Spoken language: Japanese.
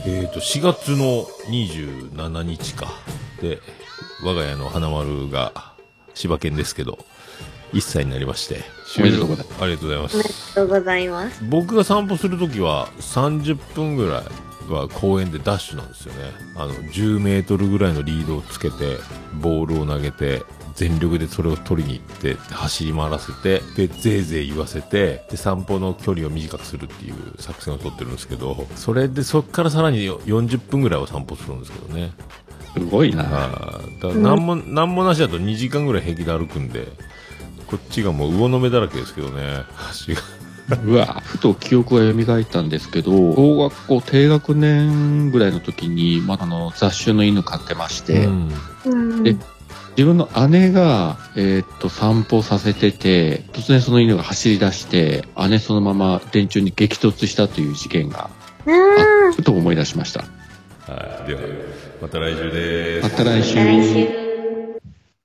4月の27日か。で、我が家の花丸が、柴犬ですけど、1歳になりまして。 おめでとうございます。 ありがとうございます。 おめでとうございます。 僕が散歩するときは、30分ぐらいは公園でダッシュなんですよね。10メートルぐらいのリードをつけて、ボールを投げて、全力でそれを取りに行って、走り回らせて、で、ぜいぜい言わせて、で、散歩の距離を短くするっていう作戦を取ってるんですけど、それでそっからさらに40分ぐらいは散歩するんですけどね。 すごいな。 だからなんもなしだと2時間ぐらい平気で歩くんで、こっちがもう魚の目だらけですけどね、足が。 うわ、ふと記憶が蘇ったんですけど、小学校低学年ぐらいの時に、まだ雑種の犬飼ってまして、で、自分の姉が、散歩させてて、突然その犬が走り出して、姉そのまま電柱に激突したという事件が、ふと思い出しました。 はい。では、また来週です。 また来週。 来週。